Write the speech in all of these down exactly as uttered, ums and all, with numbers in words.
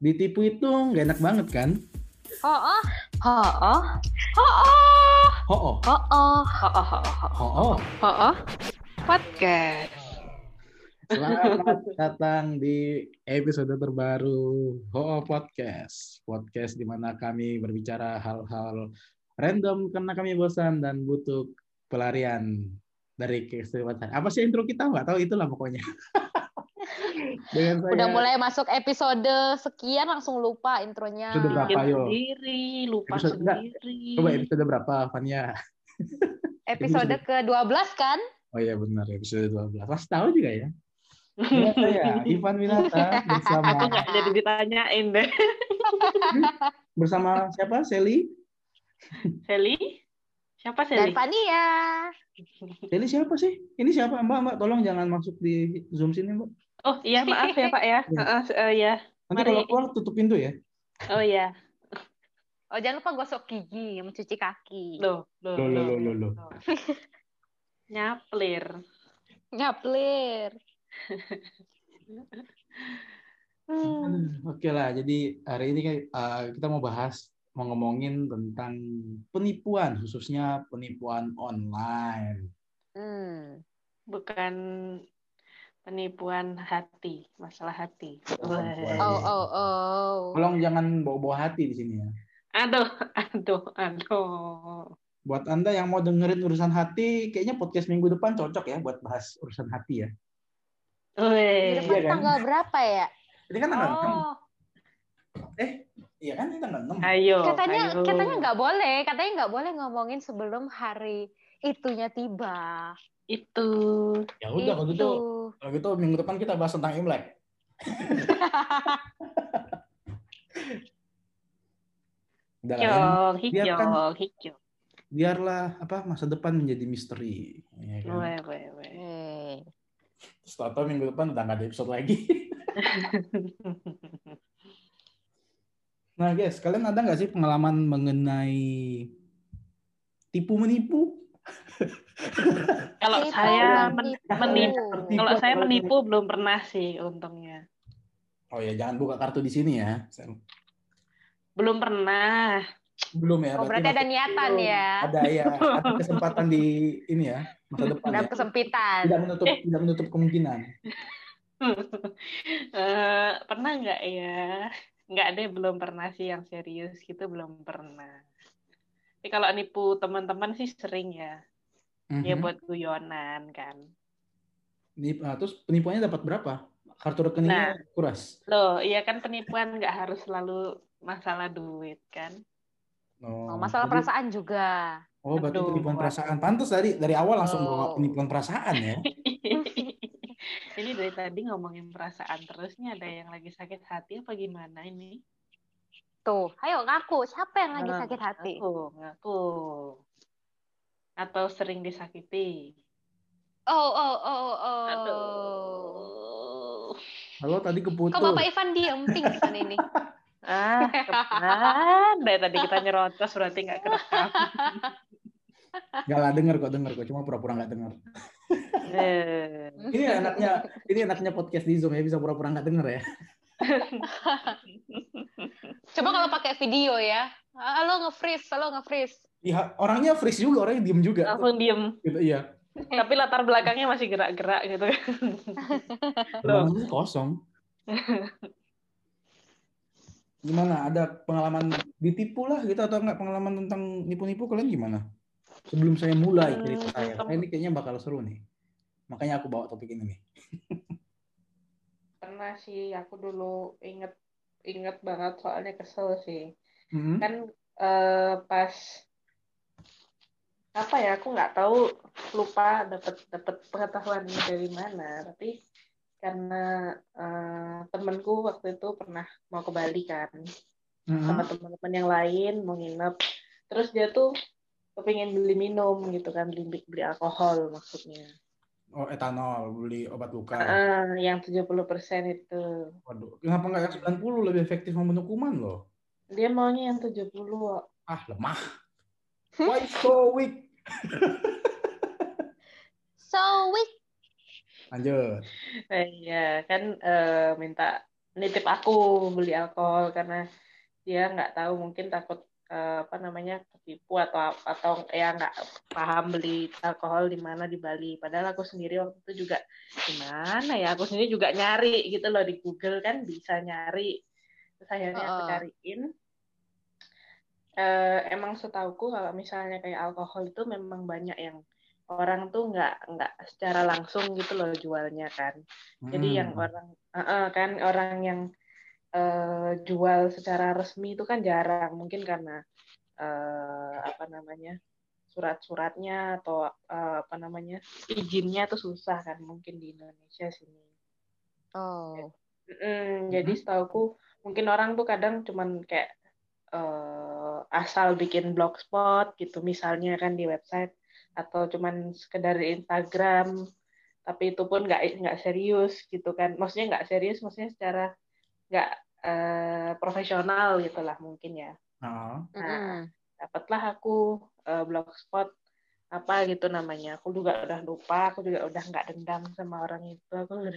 Ditipu itu nggak enak banget kan? Oh oh oh oh oh oh oh oh oh oh oh oh podcast. Selamat datang di episode terbaru Ho Podcast. Podcast di mana kami berbicara hal-hal random karena kami bosan dan butuh pelarian dari kesehatan. Apa sih intro kita? Nggak tahu, itulah pokoknya. Dengan saya, udah mulai masuk episode sekian langsung lupa intronya. Episode berapa, yo? Sendiri, lupa episode, sendiri. Enggak. Coba episode berapa, Fania? Episode ke dua belas kan? Oh iya benar, episode dua belas. Mas tahu juga ya? Ya, saya Ivan Winata bersama. Aku nggak jadi ditanyain deh. Bersama siapa? Sally? Sally? Siapa Sally? Dan Fania. Sally siapa sih? Ini siapa, Mbak? Mbak, tolong jangan masuk di Zoom sini, Mbak. Oh iya, maaf ya Pak ya. Ya. Uh, uh, ya. Nanti Mari. Kalau keluar tutup pintu ya. Oh iya. Oh jangan lupa gosok gigi, mencuci kaki. Loh, loh, loh, loh, loh, loh. loh. Nyaplir. Nyaplir. hmm. Oke lah, jadi hari ini uh, kita mau bahas, mau ngomongin tentang penipuan, khususnya penipuan online. Hmm. Bukan penipuan hati, masalah hati. Oh, oh, oh, oh. Tolong jangan bawa-bawa hati di sini ya. Aduh, aduh, aduh. Buat Anda yang mau dengerin urusan hati, kayaknya podcast minggu depan cocok ya buat bahas urusan hati ya. Di depan iya, kan? Tanggal berapa ya? Ini kan tanggal oh. enam. Eh, iya kan ini tanggal enam. Ayo. Katanya ayo. katanya nggak boleh, katanya nggak boleh ngomongin sebelum hari itunya tiba. Itu. Ya udah kalau gitu, kalau gitu minggu depan kita bahas tentang Imlek. Udah lah, ya. Biarkan, hijau. Biarlah apa masa depan menjadi misteri. Ya kan? Weh, weh, weh. Setelah minggu depan udah nggak ada episode lagi. Nah guys, kalian ada nggak sih pengalaman mengenai tipu menipu? Kalau saya menipu, menipu. kalau saya menipu belum pernah sih untungnya. Oh ya, jangan buka kartu di sini ya. Belum pernah. Belum ya. Oh, berarti, berarti ada niatan belum. Ya. Ada ya, ada kesempatan di ini ya, masa depan. Ada ya. kesempitan. Tidak menutup eh. tidak menutup kemungkinan. uh, pernah nggak ya? Nggak deh, belum pernah sih yang serius gitu, belum pernah. Tapi kalau nipu teman-teman sih sering ya. Mm-hmm. Ya buat guyonan kan. Nip, nah, terus penipuannya dapat berapa? Kartu rekeningnya nah, kuras. Loh, iya kan penipuan nggak harus selalu masalah duit kan. Oh, masalah jadi, perasaan juga. Oh, berarti Aduh, penipuan perasaan. Pantas dari dari awal langsung bawa oh. penipuan perasaan ya. Ini dari tadi ngomongin perasaan terus nih, ada yang lagi sakit hati apa gimana ini? Tuh, ayo ngaku, siapa yang lagi sakit hati? Ngaku, ngaku. Atau sering disakiti. Oh, oh, oh, oh. Aduh. Halo, tadi keputus. Kok Bapak Ivan diem pingsan ini? Ah, kebetulan. Dari tadi kita nyerocos berarti nggak kerekam. Nggak lah, denger kok, denger kok. Cuma pura-pura nggak denger. Eh. Ini enaknya, ini enaknya podcast di Zoom ya, bisa pura-pura nggak denger ya. Coba kalau pakai video ya. Halo nge-freeze, halo nge-freeze. Iya, orangnya freeze juga, orangnya diem juga. Langsung diem. Gitu, iya. Tapi latar belakangnya masih gerak-gerak gitu. Belakangnya kosong. Gimana? Ada pengalaman ditipu lah gitu atau enggak, pengalaman tentang nipu-nipu kalian gimana? Sebelum saya mulai cerita saya, hmm, ini kayaknya bakal seru nih. Makanya aku bawa topik ini nih. Karena sih aku dulu inget inget banget soalnya kesel sih. Mm-hmm. Kan eh, pas apa ya, aku nggak tahu, lupa dapat dapat pengetahuan ini dari mana, tapi karena uh, temanku waktu itu pernah mau ke Bali kan, mm-hmm. sama teman-teman yang lain mau nginep, terus dia tuh kepingin beli minum gitu kan, beli beli alkohol maksudnya. Oh, etanol, beli obat luka. Uh, yang tujuh puluh persen itu. Waduh, kenapa nggak yang sembilan puluh, lebih efektif membunuh kuman loh. Dia maunya yang tujuh puluh. Ah, lemah. Why so weak? So weak. Lanjut. Iya, kan uh, minta nitip aku beli alkohol karena dia nggak tahu, mungkin takut uh, apa namanya ketipu atau atau ya nggak paham beli alkohol di mana di Bali. Padahal aku sendiri waktu itu juga gimana ya, aku sendiri juga nyari gitu loh di Google kan bisa nyari. Terus akhirnya aku cariin. Uh, emang setauku kalau misalnya kayak alkohol itu memang banyak yang orang tuh nggak nggak secara langsung gitu loh jualnya kan. Jadi Hmm. yang orang uh, uh, kan orang yang uh, jual secara resmi itu kan jarang, mungkin karena uh, apa namanya surat-suratnya atau uh, apa namanya izinnya tuh susah kan mungkin di Indonesia sini. Oh. Mm, jadi setauku mungkin orang tuh kadang cuman kayak uh, asal bikin blogspot gitu misalnya kan di website, atau cuman sekedar di Instagram, tapi itu pun nggak nggak serius gitu kan, maksudnya nggak serius maksudnya secara nggak uh, profesional gitulah mungkin ya. Oh. Nah, dapatlah aku uh, blogspot apa gitu namanya, aku juga udah lupa, aku juga udah nggak dendam sama orang itu, aku udah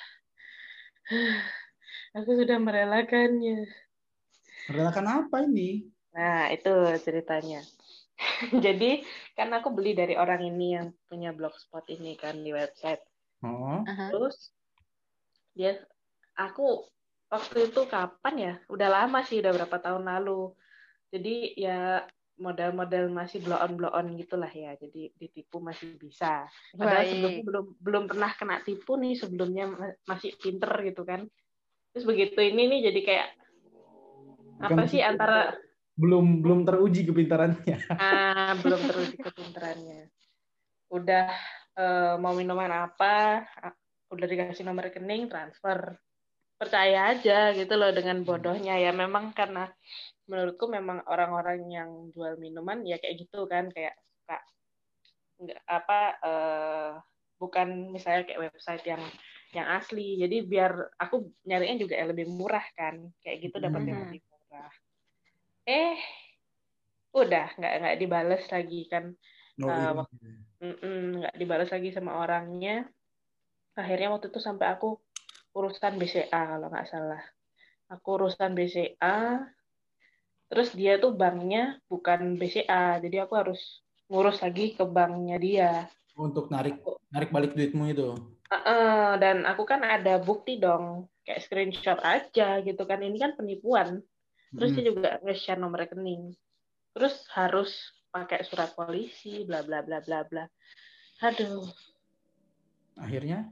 aku sudah merelakannya. Merelakan apa ini? Nah, itu ceritanya. Jadi, kan aku beli dari orang ini yang punya blogspot ini kan di website. Oh. Terus, dia, aku waktu itu kapan ya? Udah lama sih, udah berapa tahun lalu. Jadi, ya model-model masih blow-on-blow-on gitulah ya. Jadi, ditipu masih bisa. Padahal Baik. sebelumnya belum belum pernah kena tipu nih, sebelumnya masih pinter gitu kan. Terus begitu ini nih jadi kayak Bukan apa sih antara belum belum teruji kepintarannya. Ah, belum teruji kepintarannya. Udah uh, mau minuman apa, udah dikasih nomor rekening, transfer. Percaya aja gitu loh dengan bodohnya ya. Memang karena menurutku memang orang-orang yang jual minuman ya kayak gitu kan, kayak suka nggak apa uh, bukan misalnya kayak website yang yang asli. Jadi biar aku nyarinya juga yang lebih murah kan, kayak gitu dapat yang lebih murah. Eh udah nggak nggak dibales lagi kan, Oh, iya. uh, nggak dibales lagi sama orangnya. Akhirnya waktu itu sampai aku urusan B C A kalau nggak salah, aku urusan B C A, terus dia tuh banknya bukan B C A, jadi aku harus ngurus lagi ke banknya dia untuk narik aku, narik balik duitmu itu. uh, uh, dan aku kan ada bukti dong, kayak screenshot aja gitu kan, ini kan penipuan. Terus Hmm. dia juga nge-share nomor rekening, terus harus pakai surat polisi, bla bla bla bla bla. Aduh. Akhirnya?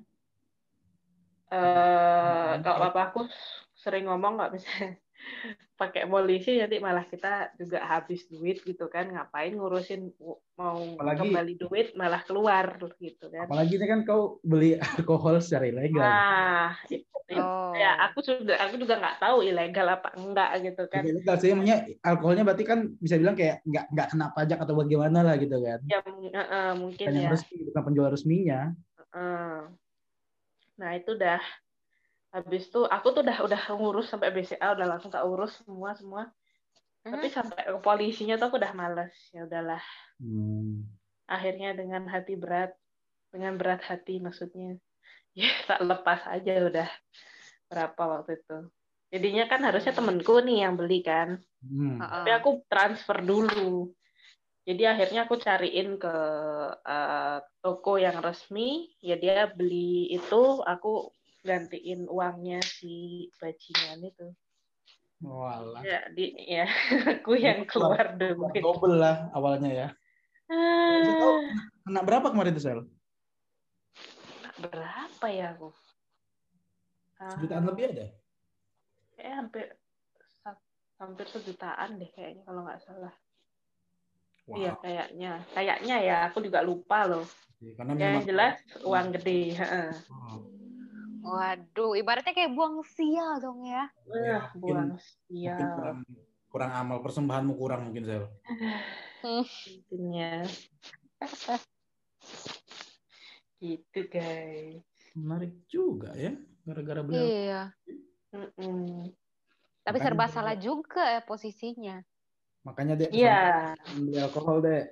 Uh, kalau papa aku sering ngomong nggak bisa pakai polisi nanti malah kita juga habis duit gitu kan, ngapain ngurusin mau apalagi, kembali duit malah keluar gitu kan. Apalagi ini kan kau beli alkohol secara ilegal. Nah, itu, oh. ya aku sudah aku juga nggak tahu ilegal apa enggak gitu kan. Ilegal sih, maksudnya alkoholnya berarti kan bisa bilang kayak nggak nggak kena pajak atau bagaimana lah gitu kan. Ya uh, mungkin bukan ya. Yang resmi, bukan penjual resminya. Uh, nah itu dah. Habis itu aku tuh udah udah ngurus sampai B C A, udah langsung tak urus semua semua. Mm-hmm. Tapi sampai ke polisinya tuh aku udah males. Ya udahlah. Hmm. Akhirnya dengan hati berat, dengan berat hati maksudnya, ya tak lepas aja udah berapa waktu itu. Jadinya kan harusnya temenku nih yang beli kan. Hmm. Tapi aku transfer dulu. Jadi akhirnya aku cariin ke uh, toko yang resmi, ya dia beli itu, aku gantiin uangnya si bajingan itu. Walah. Ya, di, ya aku yang keluar dulu. Double lah awalnya ya. Ah. Tahu kena berapa kemarin tuh, Sel? Berapa ya aku? Sejutaan uh, lebih ada? Kayaknya hampir hampir sejutaan deh kayaknya kalau nggak salah. Wow. Iya kayaknya, kayaknya ya aku juga lupa loh. Karena yang jelas uang gede. Oh. Waduh, ibaratnya kayak buang sial dong ya. Ya buang sial. Kurang, kurang amal, persembahanmu kurang mungkin, Sel. Mungkinnya. Gitu guys. Menarik juga ya, gara-gara beli. Iya. Mm-mm. Tapi makanya serba salah juga ya posisinya. Makanya deh, iya. Beli alkohol deh.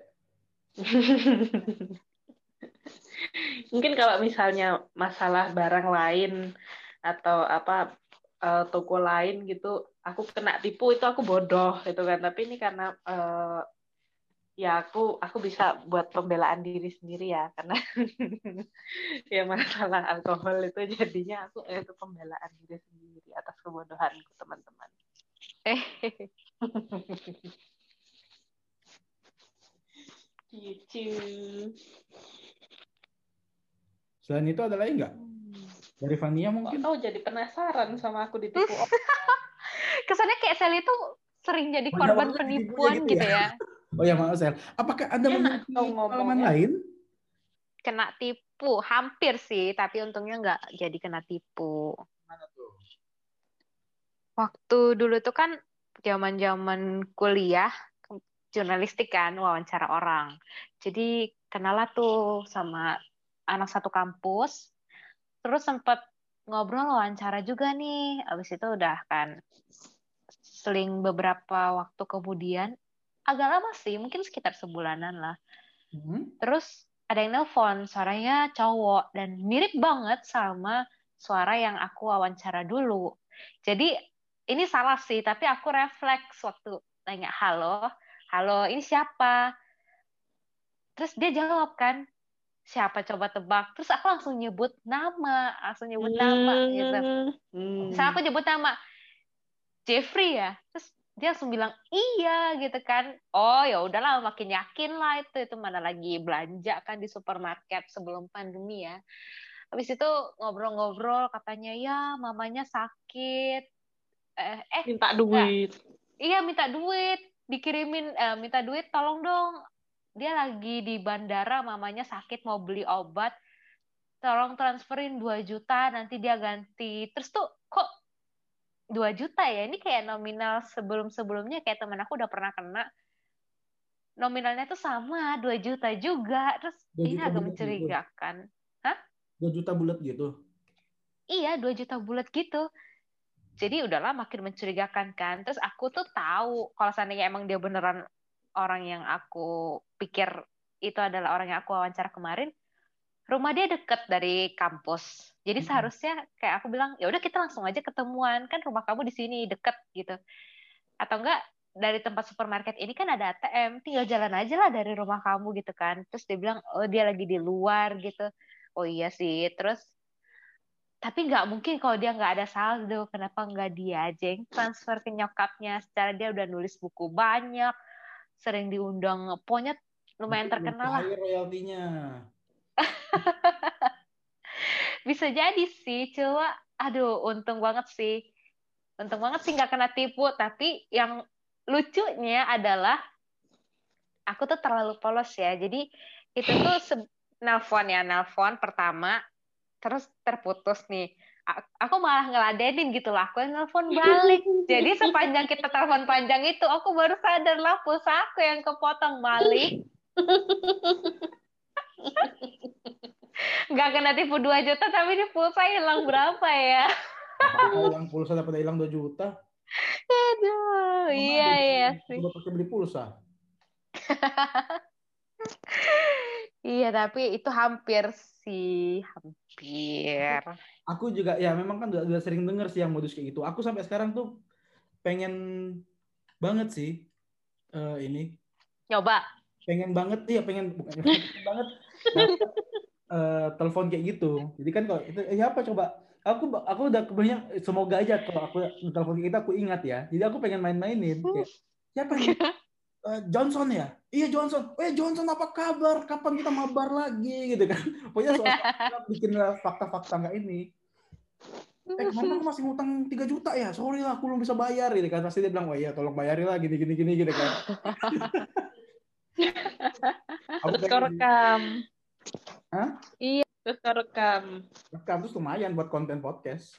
Mungkin kalau misalnya masalah barang lain atau apa uh, toko lain gitu aku kena tipu itu aku bodoh gitu kan, tapi ini karena uh, ya aku aku bisa buat pembelaan diri sendiri ya, karena ya masalah alkohol itu jadinya aku eh, itu pembelaan diri sendiri atas kebodohanku teman-teman. Eh. Gitu. Selain itu ada lagi nggak? Dari Fania mungkin? Oh, jadi penasaran sama aku ditipu. Kesannya kayak Sally itu sering jadi korban penipuan gitu, gitu ya. Oh ya maaf Sel. Apakah Anda memiliki pengalaman lain? Kena tipu, hampir sih, tapi untungnya nggak jadi kena tipu. Mana tuh? Waktu dulu tuh kan zaman-zaman kuliah, jurnalistik kan, wawancara orang. Jadi kenalah tuh sama anak satu kampus, terus sempat ngobrol wawancara juga nih. Abis itu udah kan, seling beberapa waktu kemudian, agak lama sih, mungkin sekitar sebulanan lah. Hmm? Terus ada yang nelpon, suaranya cowok, dan mirip banget sama suara yang aku wawancara dulu. Jadi ini salah sih, tapi aku refleks waktu nanya, halo, halo, ini siapa? Terus dia jawab kan, siapa coba tebak? Terus aku langsung nyebut nama, langsung nyebut nama gitu. Hmm. Misalnya aku nyebut nama Jeffrey ya, terus dia langsung bilang iya gitu kan. Oh ya udahlah, makin yakin lah itu itu mana lagi belanja kan di supermarket sebelum pandemi ya. Habis itu ngobrol-ngobrol katanya ya mamanya sakit. Eh, eh minta duit. Enggak. Iya minta duit, dikirimin eh, minta duit tolong dong. Dia lagi di bandara, mamanya sakit mau beli obat. Tolong transferin dua juta nanti dia ganti. Terus tuh kok dua juta ya? Ini kayak nominal sebelum-sebelumnya kayak temen aku udah pernah kena. Nominalnya tuh sama, dua juta juga. Terus ini agak mencurigakan. Gitu? Hah? dua juta bulat gitu? Iya, dua juta bulat gitu. Jadi udahlah makin mencurigakan kan. Terus aku tuh tahu kalau seandainya emang dia beneran orang yang aku pikir itu adalah orang yang aku wawancara kemarin, rumah dia deket dari kampus. Jadi seharusnya kayak aku bilang, ya udah kita langsung aja ketemuan, kan rumah kamu di sini deket gitu. Atau enggak dari tempat supermarket ini kan ada A T M, tinggal jalan aja lah dari rumah kamu gitu kan. Terus dia bilang, oh dia lagi di luar gitu. Oh iya sih. Terus tapi nggak mungkin kalau dia nggak ada saldo, kenapa nggak dia aja yang transfer ke nyokapnya? Secara dia udah nulis buku banyak, sering diundang, pokoknya lumayan mungkin terkenal lah. Royaltinya. Bisa jadi sih, coba, aduh untung banget sih. Untung banget sih nggak kena tipu, tapi yang lucunya adalah aku tuh terlalu polos ya. Jadi itu tuh se- nelpon ya, nelpon pertama, terus terputus nih. Aku malah ngeladenin gitu lah, aku yang nelfon balik. Jadi sepanjang kita telepon panjang itu, aku baru sadar lah pulsa aku yang kepotong balik. Nggak kena tipu dua juta, tapi ini pulsa hilang berapa ya? Hilang pulsa dapat hilang dua juta. Aduh, oh, iya iya sih. Coba pakai beli pulsa. Iya, tapi itu hampir sih, hampir. Aku juga ya memang kan udah, udah sering denger sih yang modus kayak gitu. Aku sampai sekarang tuh pengen banget sih uh, ini. Coba. Pengen banget ya, pengen bukan pengen banget uh, telepon kayak gitu. Jadi kan kalau itu ya apa coba? Aku aku udah kebanyak, semoga aja kalau aku telepon kayak gitu aku ingat ya. Jadi aku pengen main-mainin kayak siapa nih? Uh, Johnson ya? Iya Johnson. Eh Johnson apa kabar? Kapan kita mabar lagi gitu kan? Pokoknya soal bikin fakta-fakta nggak ini. Eh kemarin aku masih ngutang tiga juta ya. Sorry lah aku belum bisa bayar gitu kan. Pasti dia bilang, "Wah iya tolong bayarin lah gini gini gini gitu kan." Terus kau rekam. Hah? Iya, terus kau rekam. Rekam terus lumayan buat konten podcast.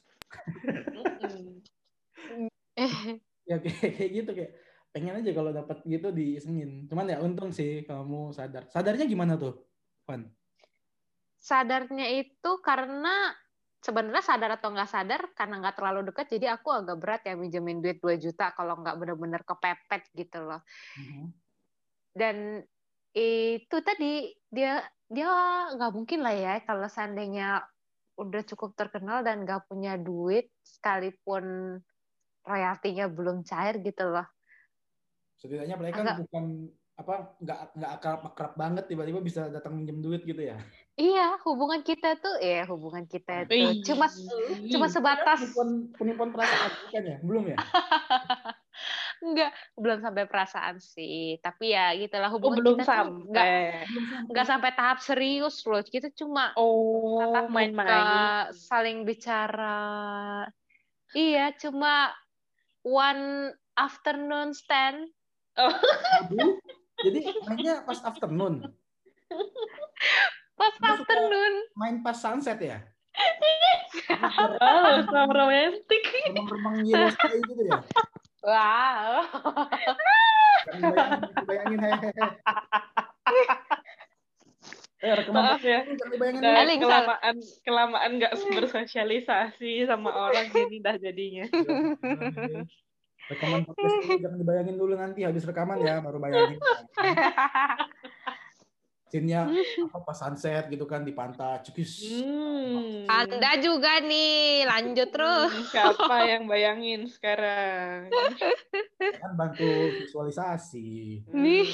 Ya kayak, kayak gitu kayak pengen aja kalau dapat gitu diisengin. Cuman ya untung sih kamu sadar. Sadarnya gimana tuh, Van? Sadarnya itu karena sebenarnya sadar atau nggak sadar karena nggak terlalu dekat, jadi aku agak berat ya minjemin duit dua juta kalau nggak benar-benar kepepet gitu loh. Mm-hmm. Dan itu tadi dia dia nggak mungkin lah ya kalau seandainya udah cukup terkenal dan nggak punya duit sekalipun royaltinya belum cair gitu loh. Setidaknya mereka Agak, bukan apa nggak nggak akrab akrab banget tiba-tiba bisa datang minjem duit gitu ya. iya, hubungan kita tuh, ya hubungan kita itu cuma cuma sebatas penipuan penipuan perasaan bukan ya? Belum ya? enggak, belum sampai perasaan sih. Tapi ya gitulah Oh, hubungan belum kita tuh enggak sampai. Belum sampai. enggak sampai tahap serius loh. Kita cuma Oh, tatap muka, main-main. saling bicara. Iya, cuma one afternoon stand. Oh. Aduh, jadi mainnya pas afternoon. Pas Kamu suka afternoon. main pas sunset ya? Oh, sama romantis. Remang-remang yellow sky gitu ya? Wow. Jangan bayangin, bayangin hehehe. Eh, rekaman Maaf ya, jangan dibayangin udah dulu. Aling, Sal. kelamaan kelamaan nggak bersosialisasi sama orang gini dah jadinya. Rekaman podcast dulu, jangan dibayangin dulu nanti habis rekaman ya baru bayangin. Scene-nya apa pas sunset gitu kan di pantai, cekis. Hmm. Anda juga nih, lanjut terus. Hmm, siapa yang bayangin sekarang? Kan bantu visualisasi. Nih.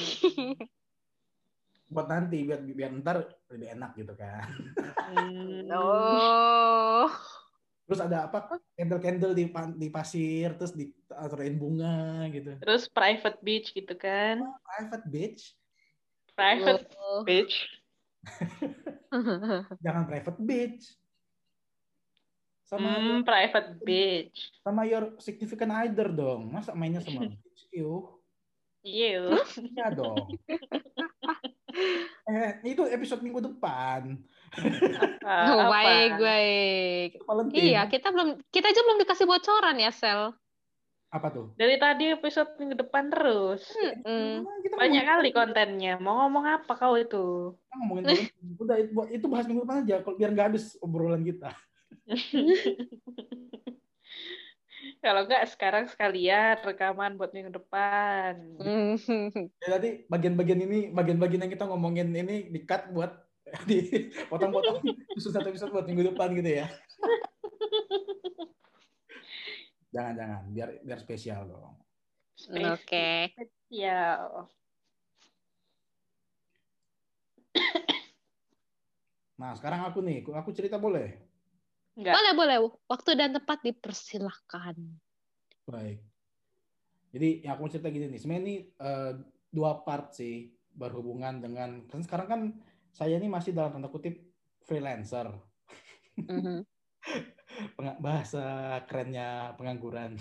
Buat nanti biar biar ntar lebih enak gitu kan. Hmm. Oh. Terus ada apa? Candle-candle di di pasir, terus ditaruhin bunga gitu. Terus private beach gitu kan? Oh, private beach. Private Oh. beach. Jangan private beach. Sama Hmm, your, private beach. sama your significant other dong. Masa mainnya sama beach? Yuh. Iya. Iya dong. Eh, itu episode minggu depan. Apa? Oh, Apa? baik, baik. Valentine. Iya, kita belum kita aja belum dikasih bocoran ya, Sel. Apa tuh? Dari tadi episode minggu depan terus. Mm-mm. Kita Banyak ngomongin, kali kontennya. Mau ngomong apa kau itu? kita ngomongin Valentine. Udah itu, itu bahas minggu depan aja kalau biar nggak habis obrolan kita. Kalau enggak sekarang sekalian rekaman buat minggu depan. Ya, tadi bagian-bagian ini, bagian-bagian yang kita ngomongin ini di-cut buat dipotong-potong khusus satu episode buat minggu depan gitu ya. Jangan-jangan, biar biar spesial dong. Oke. Okay. Spesial. Nah, sekarang aku nih, aku cerita boleh? Enggak. Boleh, boleh. Waktu dan tempat dipersilahkan. Baik. Jadi yang aku mau cerita gini nih, sebenarnya ini uh, dua part sih berhubungan dengan, kan sekarang kan saya ini masih dalam tanda kutip freelancer. Mm-hmm. Bahasa kerennya pengangguran.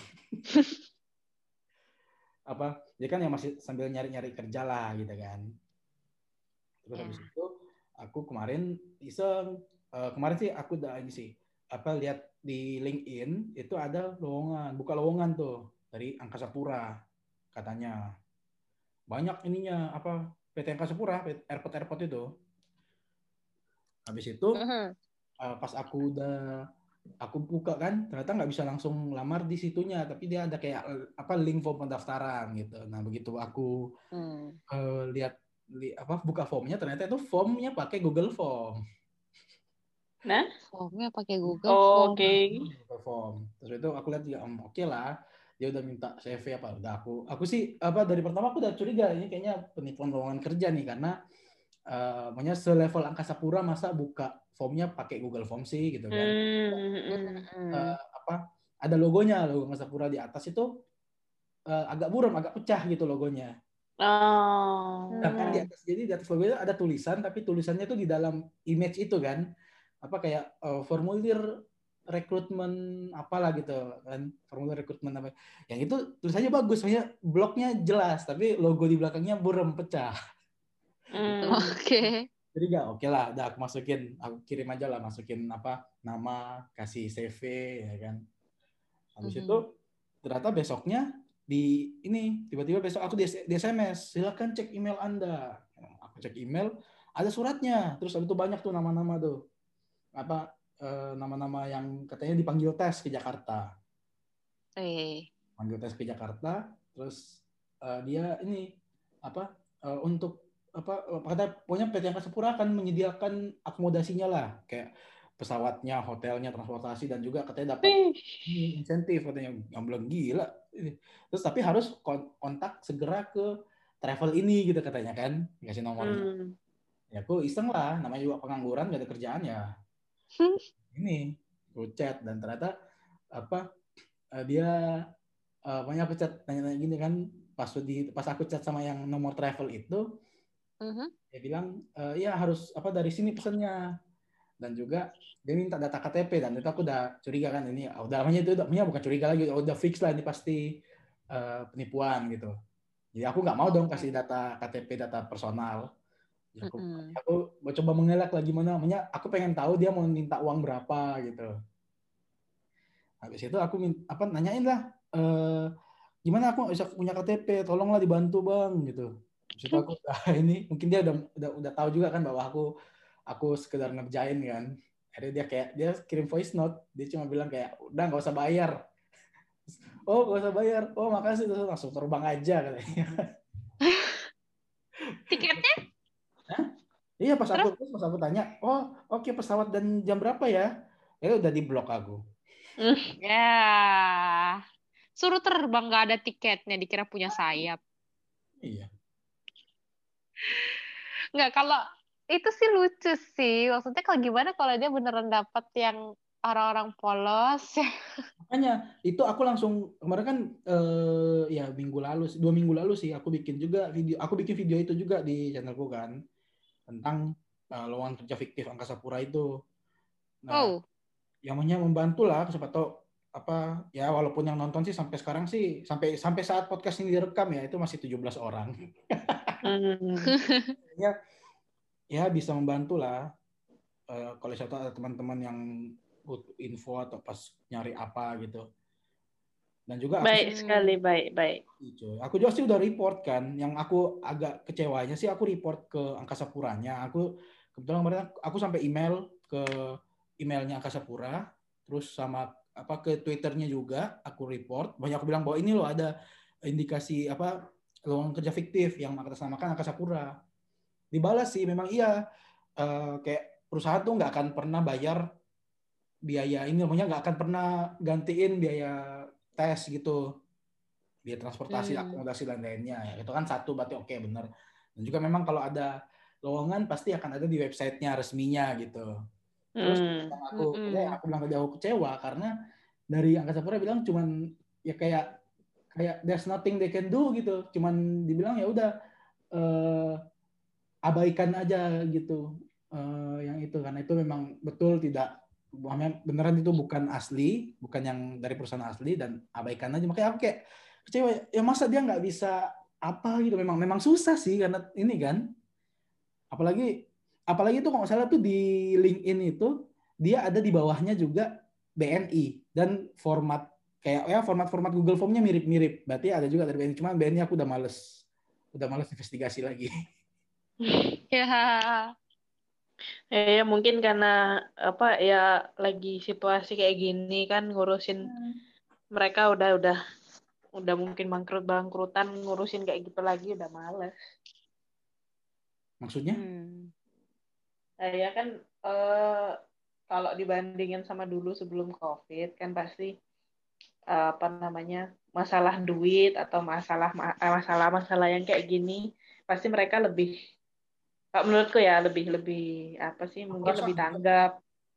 Apa? Jadi kan yang masih sambil nyari-nyari kerja lah gitu kan. Terus yeah. Habis itu aku kemarin iseng, uh, kemarin sih aku udah ini sih, apa lihat di LinkedIn itu ada lowongan, buka lowongan tuh dari Angkasa Pura katanya. Banyak ininya apa P T Angkasa Pura, airport-airport itu. Habis itu mm-hmm. uh, pas aku udah aku buka kan, ternyata nggak bisa langsung lamar di situnya, tapi dia ada kayak apa link form pendaftaran gitu. Nah begitu aku mm. uh, lihat li, apa buka formnya, ternyata itu formnya pakai Google Form. Nah, formnya pakai Google oh, Form. Oke. Okay. Google Form. Terus itu aku lihat ya, um, oke okay lah. Dia udah minta C V apa, udah aku. Aku sih apa dari pertama aku udah curiga ini kayaknya penipuan lowongan kerja nih karena uh, makanya selevel Angkasa Pura masa buka formnya pakai Google Form sih gitu kan. Mm-hmm. Uh, apa ada logonya, logo Angkasa Pura di atas itu uh, agak buram, agak pecah gitu logonya. Oh. Nah, kan di atas, jadi di atas logonya ada tulisan, tapi tulisannya tuh di dalam image itu kan. Apa kayak uh, formulir rekrutmen apalah gitu kan, formulir rekrutmen apa yang itu tulisannya bagus, soalnya bloknya jelas tapi logo di belakangnya buram pecah. mm. Oke okay. Jadi gak oke okay lah, udah aku masukin, aku kirim aja lah, masukin apa nama, kasih C V ya kan. Habis mm-hmm. itu ternyata besoknya di ini tiba-tiba besok aku di, di S M S, silakan cek email Anda. Aku cek email, ada suratnya, terus habis itu banyak tuh nama-nama tuh apa eh, nama-nama yang katanya dipanggil tes ke Jakarta. Eh. Panggil tes ke Jakarta, terus uh, dia ini apa uh, untuk apa kata pokoknya P T Angkasa Pura akan menyediakan akomodasinya lah, kayak pesawatnya, hotelnya, transportasi, dan juga katanya dapat ini, insentif katanya. Yang bilang gila. Terus tapi harus kontak segera ke travel ini gitu katanya kan, dikasih nomornya. Hmm. Ya aku iseng lah, namanya juga pengangguran, gak ada kerjaan ya. Hmm. Ini, aku chat dan ternyata apa dia uh, banyak aku chat nanya-nanya gini kan, pas di pas aku chat sama yang nomor travel itu, uh-huh. dia bilang e, ya harus apa dari sini pesennya. Dan juga dia minta data K T P dan itu aku udah curiga kan ini udah namanya itu udah bukan curiga lagi udah fix lah ini pasti uh, penipuan gitu. Jadi aku nggak mau dong kasih data K T P data personal. Jadi aku mm-hmm. aku mau coba mengelak lah gimana namanya aku pengen tahu dia mau minta uang berapa gitu. Habis itu aku minta, apa nanyain lah e, gimana aku bisa punya K T P tolonglah dibantu bang gitu. Habis itu aku ah, ini mungkin dia udah udah udah tahu juga kan bahwa aku aku sekedar ngerjain kan. Akhirnya dia kayak dia kirim voice note, dia cuma bilang kayak udah nggak usah bayar. Oh nggak usah bayar, oh makasih, terus langsung terbang aja katanya. Tiketnya? Hah? Iya pas aku terus pas aku tanya, oh oke okay, pesawat dan jam berapa ya? Ya udah di blok aku. Ya, suruh terbang nggak ada tiketnya, dikira punya sayap. Iya. Nggak, kalau itu sih lucu sih. Maksudnya kalau gimana kalau dia beneran dapat yang orang-orang polos. Makanya itu aku langsung kemarin kan eh, ya minggu lalu, dua minggu lalu sih aku bikin juga video, aku bikin video itu juga di channelku kan tentang uh, lowongan kerja fiktif Angkasa Pura itu. Nah, oh. yang namanya membantu lah siapa tahu apa ya walaupun yang nonton sih sampai sekarang sih sampai sampai saat podcast ini direkam ya itu masih tujuh belas orang. ya ya bisa membantu lah uh, kalau siapa tahu ada teman-teman yang butuh info atau pas nyari apa gitu. Dan juga baik aku, sekali baik baik. Aku juga sih udah report kan. Yang aku agak kecewanya sih aku report ke Angkasa Puranya. Aku kebetulan kemarin aku sampai email ke emailnya Angkasa Pura, terus sama apa ke Twitternya juga aku report. Banyak aku bilang bahwa ini loh ada indikasi apa lowongan kerja fiktif yang mengatasnamakan Angkasa Pura. Dibalas sih memang iya uh, kayak perusahaan tuh nggak akan pernah bayar biaya ini, namanya nggak akan pernah gantiin biaya tes gitu, biaya transportasi, hmm. akomodasi dan lainnya. Itu kan satu berarti oke okay, benar. Dan juga memang kalau ada lowongan pasti akan ada di websitenya resminya gitu. Terus hmm. yang aku, hmm. ya, aku bilang tadi aku kecewa karena dari Angkasa Pura bilang cuman ya kayak kayak there's nothing they can do gitu. Cuman dibilang ya udah uh, abaikan aja gitu uh, yang itu karena itu memang betul tidak beneran itu bukan asli, bukan yang dari perusahaan asli dan abaikan aja. Makanya aku kayak kecewa ya masa dia nggak bisa apa gitu. Memang memang susah sih karena ini kan. Apalagi apalagi itu kalau nggak salah tuh di LinkedIn itu dia ada di bawahnya juga B N I dan format kayak ya format-format Google Form-nya mirip-mirip. Berarti ada juga dari B N I. Cuma B N I aku udah males udah males investigasi lagi. Ya. Ya, ya mungkin karena apa ya lagi situasi kayak gini kan ngurusin hmm. mereka udah udah udah mungkin bangkrut bangkrutan ngurusin kayak gitu lagi udah males. Maksudnya? Hmm. Nah, ya kan eh, kalau dibandingin sama dulu sebelum COVID kan pasti eh, apa namanya masalah duit atau masalah masalah masalah yang kayak gini pasti mereka lebih menurutku ya lebih lebih apa sih mungkin lebih tanggap.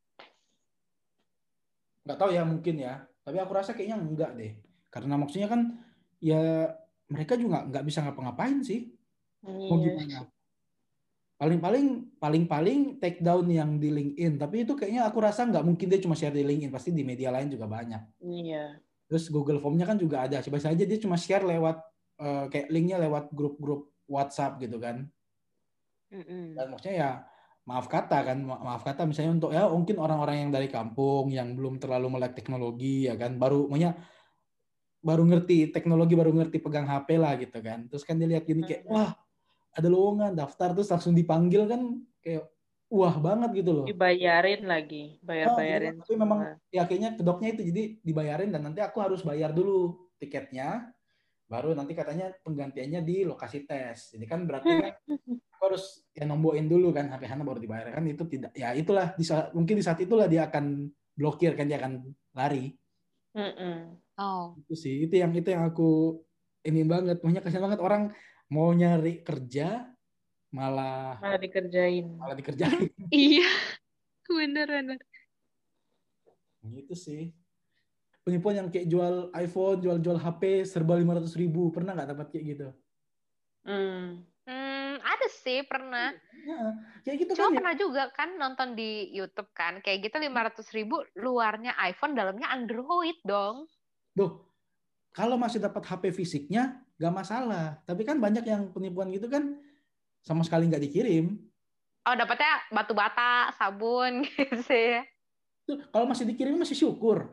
Nggak tahu ya mungkin ya, tapi aku rasa kayaknya enggak deh, karena maksudnya kan ya mereka juga nggak bisa ngapa-ngapain sih. Yes. Mau gimana? Paling-paling paling-paling take down yang di LinkedIn, tapi itu kayaknya aku rasa nggak mungkin dia cuma share di LinkedIn, pasti di media lain juga banyak. Iya. Terus Google Form-nya kan juga ada, coba saja dia cuma share lewat uh, kayak linknya lewat grup-grup WhatsApp gitu kan. Mm-mm. Dan maksudnya ya maaf kata kan, maaf kata misalnya untuk ya mungkin orang-orang yang dari kampung yang belum terlalu melek teknologi ya kan, baru punya baru ngerti teknologi, baru ngerti pegang H P lah gitu kan. Terus kan dia lihat gini kayak wah ada lowongan daftar terus langsung dipanggil kan kayak wah banget gitu loh. Dibayarin lagi, bayar-bayarin. Oh, tapi memang ya kayaknya kedoknya itu jadi dibayarin dan nanti aku harus bayar dulu tiketnya. baru nanti katanya penggantiannya di lokasi tes. Ini kan berarti kan aku harus ya nombokin dulu kan H P Hana baru dibayar kan, itu tidak ya itulah di saat, mungkin di saat itulah dia akan blokir kan, dia akan lari. Mm-mm. Oh. Itu sih, itu yang itu yang aku ini banget, makanya kasihan banget orang mau nyari kerja malah malah dikerjain. malah dikerjain. Iya, bener-bener. Gitu sih. Penipuan yang kayak jual iPhone, jual-jual H P serba lima ratus ribu, pernah nggak dapat kayak gitu? Hmm. Hmm, ada sih pernah. Ya, kayak gitu Cuma kan pernah ya. juga kan nonton di YouTube kan, kayak gitu lima ratus ribu, luarnya iPhone, dalamnya Android dong. Duh, kalau masih dapat H P fisiknya nggak masalah. Tapi kan banyak yang penipuan gitu kan sama sekali nggak dikirim. Oh, dapatnya batu bata, sabun gitu sih. Tuh, kalau masih dikirim masih syukur.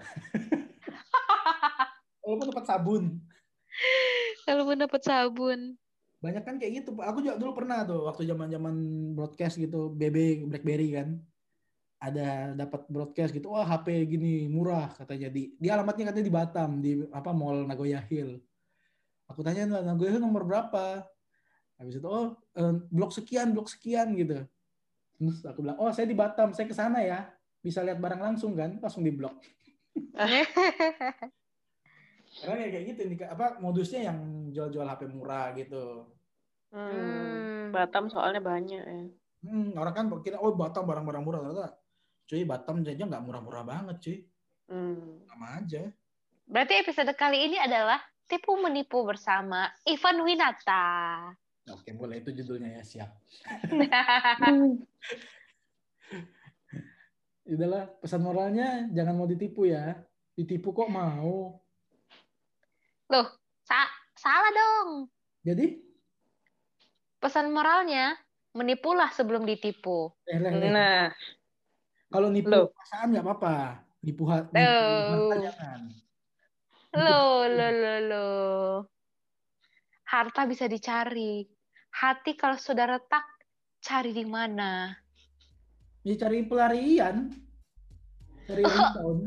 Walaupun dapat sabun. Kalaupun dapat sabun. Banyak kan kayak gitu. Aku juga dulu pernah tuh waktu zaman-zaman broadcast gitu, B B BlackBerry kan. Ada dapat broadcast gitu, wah H P gini murah katanya, di di alamatnya katanya di Batam, di apa Mall Nagoya Hill. Aku tanya, Nagoya Hill nomor berapa? Habis itu oh eh, blok sekian, blok sekian gitu. Terus aku bilang, oh saya di Batam, saya ke sana ya. Bisa lihat barang langsung kan, langsung di blok. Karena kayak gitu nih, apa modusnya yang jual-jual H P murah gitu. Hmm. Batam soalnya banyak ya. Hmm, orang kan kira oh Batam barang-barang murah, ternyata cuy Batam aja nggak murah-murah banget cuy. Hmm. Sama aja. Berarti episode kali ini adalah Tipu Menipu bersama Ivan Winata. Oke, boleh, itu judulnya ya, siap. Udahlah, pesan moralnya jangan mau ditipu ya. Ditipu kok mau. Loh, sa- salah dong. Jadi? Pesan moralnya, menipulah sebelum ditipu. Eh, leh, leh. Nah, Kalau nipu Loh. perasaan nggak apa-apa. Nipu, ha- nipu harta Loh, jangan. loh, loh, loh, loh. Harta bisa dicari. Hati kalau sudah retak, cari di mana? Ya cari pelarian. Cari rebound.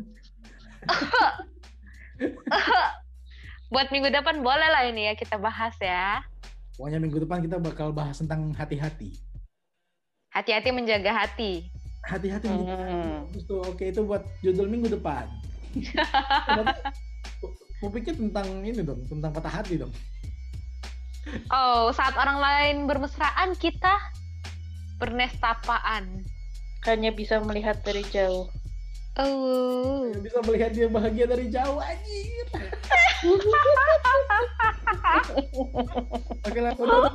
Buat minggu depan boleh lah ini ya kita bahas ya. Pokoknya minggu depan kita bakal bahas tentang hati-hati. Hati-hati menjaga hati. Hati-hati menjaga hati. Hmm. Terus tuh, oke, itu buat judul minggu depan. Mau pikir tentang ini dong, tentang patah hati dong. Oh, saat orang lain bermesraan, kita bernestapaan. hanya bisa melihat dari jauh. Oh. Bisa melihat dia bahagia dari jauh, anjir. Oke lah, udah.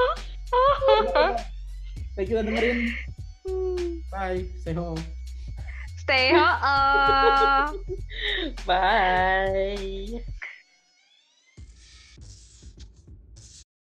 Thank you udah dengerin. Bye, stay home. Stay home. Bye.